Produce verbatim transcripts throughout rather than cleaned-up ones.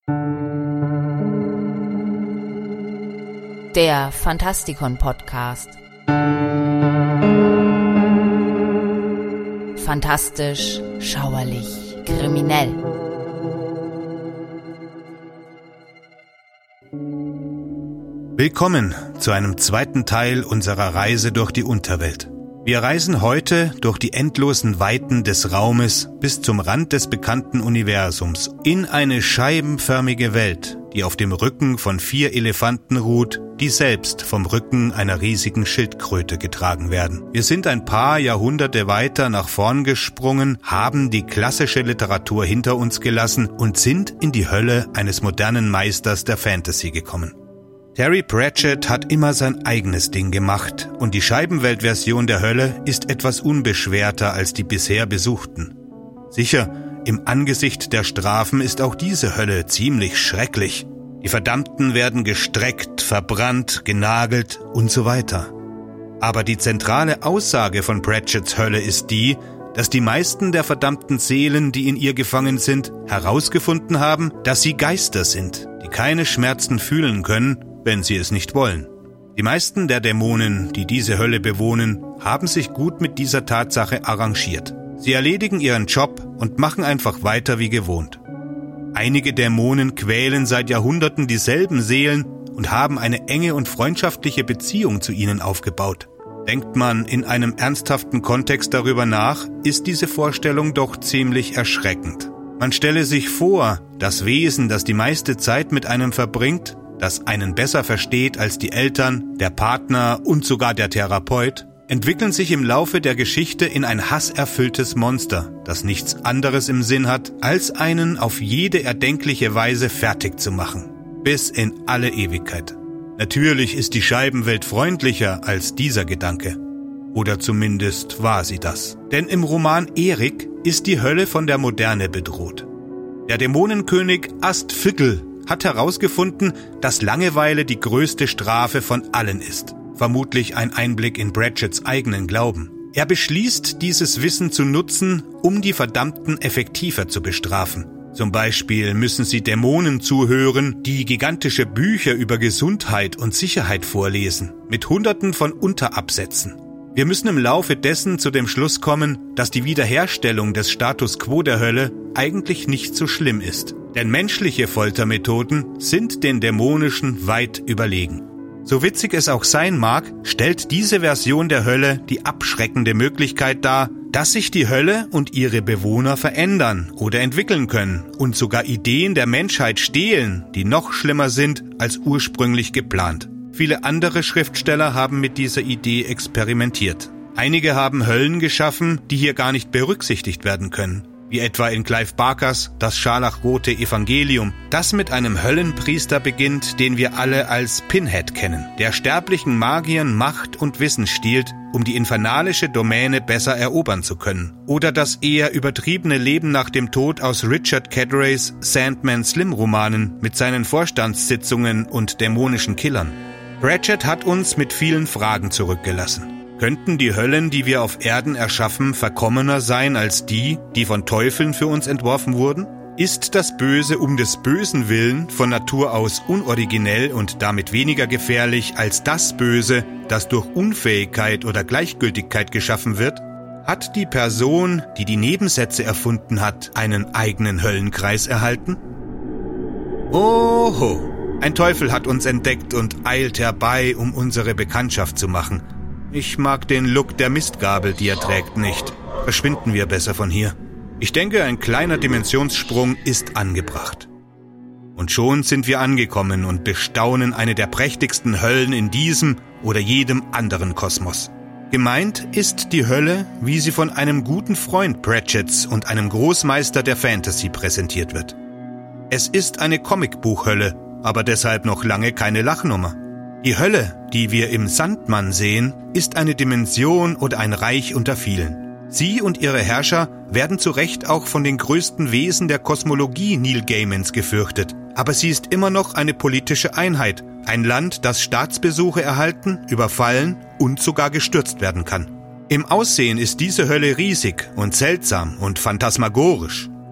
Der Fantastikon-Podcast. Fantastisch, schauerlich, kriminell. Willkommen zu einem zweiten Teil unserer Reise durch die Unterwelt. Wir reisen heute durch die endlosen Weiten des Raumes bis zum Rand des bekannten Universums in eine scheibenförmige Welt, die auf dem Rücken von vier Elefanten ruht, die selbst vom Rücken einer riesigen Schildkröte getragen werden. Wir sind ein paar Jahrhunderte weiter nach vorn gesprungen, haben die klassische Literatur hinter uns gelassen und sind in die Hölle eines modernen Meisters der Fantasy gekommen. Terry Pratchett hat immer sein eigenes Ding gemacht und die Scheibenwelt-Version der Hölle ist etwas unbeschwerter als die bisher besuchten. Sicher, im Angesicht der Strafen ist auch diese Hölle ziemlich schrecklich. Die Verdammten werden gestreckt, verbrannt, genagelt und so weiter. Aber die zentrale Aussage von Pratchetts Hölle ist die, dass die meisten der verdammten Seelen, die in ihr gefangen sind, herausgefunden haben, dass sie Geister sind, die keine Schmerzen fühlen können, wenn sie es nicht wollen. Die meisten der Dämonen, die diese Hölle bewohnen, haben sich gut mit dieser Tatsache arrangiert. Sie erledigen ihren Job und machen einfach weiter wie gewohnt. Einige Dämonen quälen seit Jahrhunderten dieselben Seelen und haben eine enge und freundschaftliche Beziehung zu ihnen aufgebaut. Denkt man in einem ernsthaften Kontext darüber nach, ist diese Vorstellung doch ziemlich erschreckend. Man stelle sich vor, das Wesen, das die meiste Zeit mit einem verbringt, das einen besser versteht als die Eltern, der Partner und sogar der Therapeut, entwickeln sich im Laufe der Geschichte in ein hasserfülltes Monster, das nichts anderes im Sinn hat, als einen auf jede erdenkliche Weise fertig zu machen. Bis in alle Ewigkeit. Natürlich ist die Scheibenwelt freundlicher als dieser Gedanke. Oder zumindest war sie das. Denn im Roman Erik ist die Hölle von der Moderne bedroht. Der Dämonenkönig Astfigl hat herausgefunden, dass Langeweile die größte Strafe von allen ist. Vermutlich ein Einblick in Pratchetts eigenen Glauben. Er beschließt, dieses Wissen zu nutzen, um die Verdammten effektiver zu bestrafen. Zum Beispiel müssen sie Dämonen zuhören, die gigantische Bücher über Gesundheit und Sicherheit vorlesen, mit Hunderten von Unterabsätzen. Wir müssen im Laufe dessen zu dem Schluss kommen, dass die Wiederherstellung des Status quo der Hölle eigentlich nicht so schlimm ist. Denn menschliche Foltermethoden sind den dämonischen weit überlegen. So witzig es auch sein mag, stellt diese Version der Hölle die abschreckende Möglichkeit dar, dass sich die Hölle und ihre Bewohner verändern oder entwickeln können und sogar Ideen der Menschheit stehlen, die noch schlimmer sind als ursprünglich geplant. Viele andere Schriftsteller haben mit dieser Idee experimentiert. Einige haben Höllen geschaffen, die hier gar nicht berücksichtigt werden können. Wie etwa in Clive Barkers Das scharlachrote Evangelium, das mit einem Höllenpriester beginnt, den wir alle als Pinhead kennen, der sterblichen Magiern Macht und Wissen stiehlt, um die infernalische Domäne besser erobern zu können. Oder das eher übertriebene Leben nach dem Tod aus Richard Cadreys Sandman Slim-Romanen mit seinen Vorstandssitzungen und dämonischen Killern. Pratchett hat uns mit vielen Fragen zurückgelassen. Könnten die Höllen, die wir auf Erden erschaffen, verkommener sein als die, die von Teufeln für uns entworfen wurden? Ist das Böse um des Bösen willen von Natur aus unoriginell und damit weniger gefährlich als das Böse, das durch Unfähigkeit oder Gleichgültigkeit geschaffen wird? Hat die Person, die die Nebensätze erfunden hat, einen eigenen Höllenkreis erhalten? Oho, ein Teufel hat uns entdeckt und eilt herbei, um unsere Bekanntschaft zu machen. Ich mag den Look der Mistgabel, die er trägt, nicht. Verschwinden wir besser von hier. Ich denke, ein kleiner Dimensionssprung ist angebracht. Und schon sind wir angekommen und bestaunen eine der prächtigsten Höllen in diesem oder jedem anderen Kosmos. Gemeint ist die Hölle, wie sie von einem guten Freund Pratchetts und einem Großmeister der Fantasy präsentiert wird. Es ist eine Comicbuchhölle, aber deshalb noch lange keine Lachnummer. Die Hölle, die wir im Sandmann sehen, ist eine Dimension oder ein Reich unter vielen. Sie und ihre Herrscher werden zu Recht auch von den größten Wesen der Kosmologie Neil Gaimans gefürchtet. Aber sie ist immer noch eine politische Einheit, ein Land, das Staatsbesuche erhalten, überfallen und sogar gestürzt werden kann. Im Aussehen ist diese Hölle riesig und seltsam und phantasmagorisch.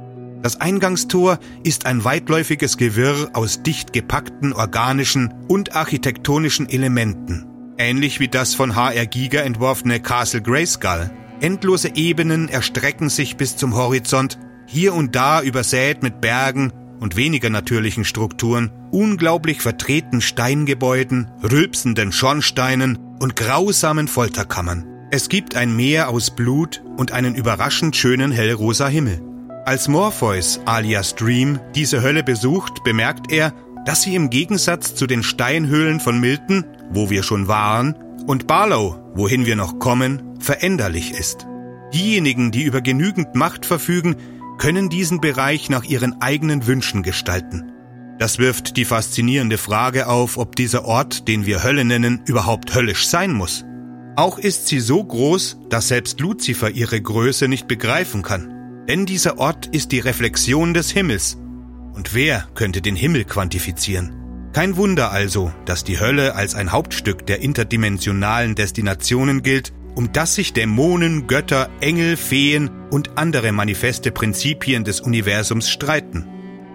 Das Eingangstor ist ein weitläufiges Gewirr aus dicht gepackten organischen und architektonischen Elementen. Ähnlich wie das von H R Giger entworfene Castle Grayskull. Endlose Ebenen erstrecken sich bis zum Horizont, hier und da übersät mit Bergen und weniger natürlichen Strukturen, unglaublich vertreten Steingebäuden, rülpsenden Schornsteinen und grausamen Folterkammern. Es gibt ein Meer aus Blut und einen überraschend schönen hellrosa Himmel. Als Morpheus alias Dream diese Hölle besucht, bemerkt er, dass sie im Gegensatz zu den Steinhöhlen von Milton, wo wir schon waren, und Barlow, wohin wir noch kommen, veränderlich ist. Diejenigen, die über genügend Macht verfügen, können diesen Bereich nach ihren eigenen Wünschen gestalten. Das wirft die faszinierende Frage auf, ob dieser Ort, den wir Hölle nennen, überhaupt höllisch sein muss. Auch ist sie so groß, dass selbst Luzifer ihre Größe nicht begreifen kann. Denn dieser Ort ist die Reflexion des Himmels. Und wer könnte den Himmel quantifizieren? Kein Wunder also, dass die Hölle als ein Hauptstück der interdimensionalen Destinationen gilt, um das sich Dämonen, Götter, Engel, Feen und andere manifeste Prinzipien des Universums streiten.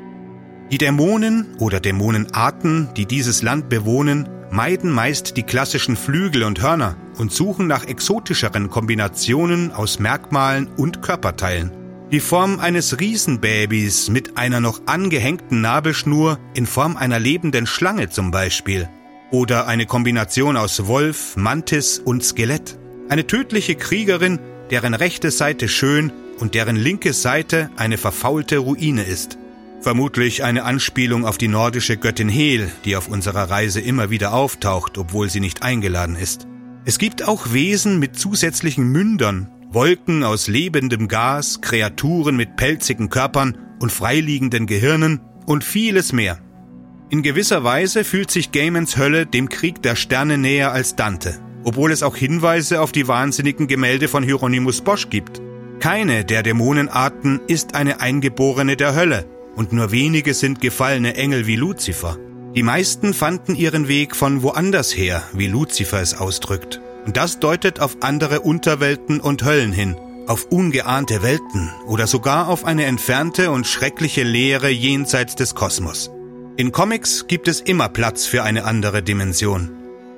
Die Dämonen oder Dämonenarten, die dieses Land bewohnen, meiden meist die klassischen Flügel und Hörner und suchen nach exotischeren Kombinationen aus Merkmalen und Körperteilen. Die Form eines Riesenbabys mit einer noch angehängten Nabelschnur in Form einer lebenden Schlange zum Beispiel. Oder eine Kombination aus Wolf, Mantis und Skelett. Eine tödliche Kriegerin, deren rechte Seite schön und deren linke Seite eine verfaulte Ruine ist. Vermutlich eine Anspielung auf die nordische Göttin Hel, die auf unserer Reise immer wieder auftaucht, obwohl sie nicht eingeladen ist. Es gibt auch Wesen mit zusätzlichen Mündern, Wolken aus lebendem Gas, Kreaturen mit pelzigen Körpern und freiliegenden Gehirnen und vieles mehr. In gewisser Weise fühlt sich Gaimans Hölle dem Krieg der Sterne näher als Dante, obwohl es auch Hinweise auf die wahnsinnigen Gemälde von Hieronymus Bosch gibt. Keine der Dämonenarten ist eine Eingeborene der Hölle und nur wenige sind gefallene Engel wie Luzifer. Die meisten fanden ihren Weg von woanders her, wie Luzifer es ausdrückt. Und das deutet auf andere Unterwelten und Höllen hin, auf ungeahnte Welten oder sogar auf eine entfernte und schreckliche Leere jenseits des Kosmos. In Comics gibt es immer Platz für eine andere Dimension.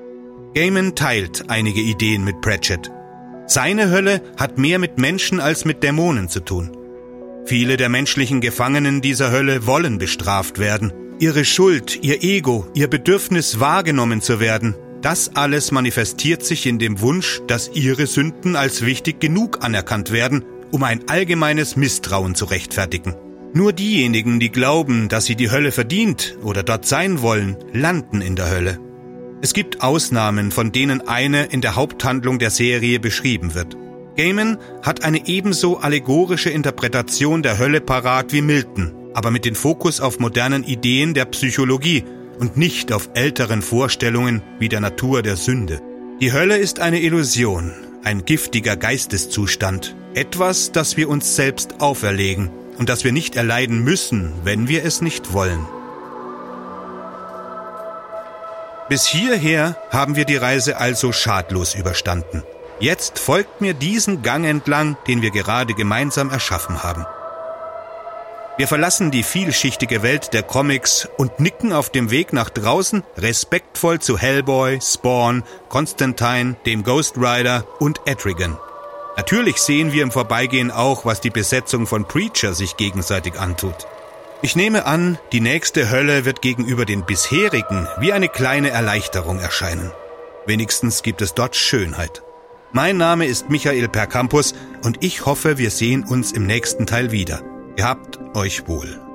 Gaiman teilt einige Ideen mit Pratchett. Seine Hölle hat mehr mit Menschen als mit Dämonen zu tun. Viele der menschlichen Gefangenen dieser Hölle wollen bestraft werden. Ihre Schuld, ihr Ego, ihr Bedürfnis wahrgenommen zu werden, das alles manifestiert sich in dem Wunsch, dass ihre Sünden als wichtig genug anerkannt werden, um ein allgemeines Misstrauen zu rechtfertigen. Nur diejenigen, die glauben, dass sie die Hölle verdient oder dort sein wollen, landen in der Hölle. Es gibt Ausnahmen, von denen eine in der Haupthandlung der Serie beschrieben wird. Gaiman hat eine ebenso allegorische Interpretation der Hölle parat wie Milton, aber mit dem Fokus auf modernen Ideen der Psychologie und nicht auf älteren Vorstellungen wie der Natur der Sünde. Die Hölle ist eine Illusion, ein giftiger Geisteszustand, etwas, das wir uns selbst auferlegen und das wir nicht erleiden müssen, wenn wir es nicht wollen. Bis hierher haben wir die Reise also schadlos überstanden. Jetzt folgt mir diesen Gang entlang, den wir gerade gemeinsam erschaffen haben. Wir verlassen die vielschichtige Welt der Comics und nicken auf dem Weg nach draußen respektvoll zu Hellboy, Spawn, Constantine, dem Ghost Rider und Etrigan. Natürlich sehen wir im Vorbeigehen auch, was die Besetzung von Preacher sich gegenseitig antut. Ich nehme an, die nächste Hölle wird gegenüber den bisherigen wie eine kleine Erleichterung erscheinen. Wenigstens gibt es dort Schönheit. Mein Name ist Michael Percampus und ich hoffe, wir sehen uns im nächsten Teil wieder. Gehabt euch wohl.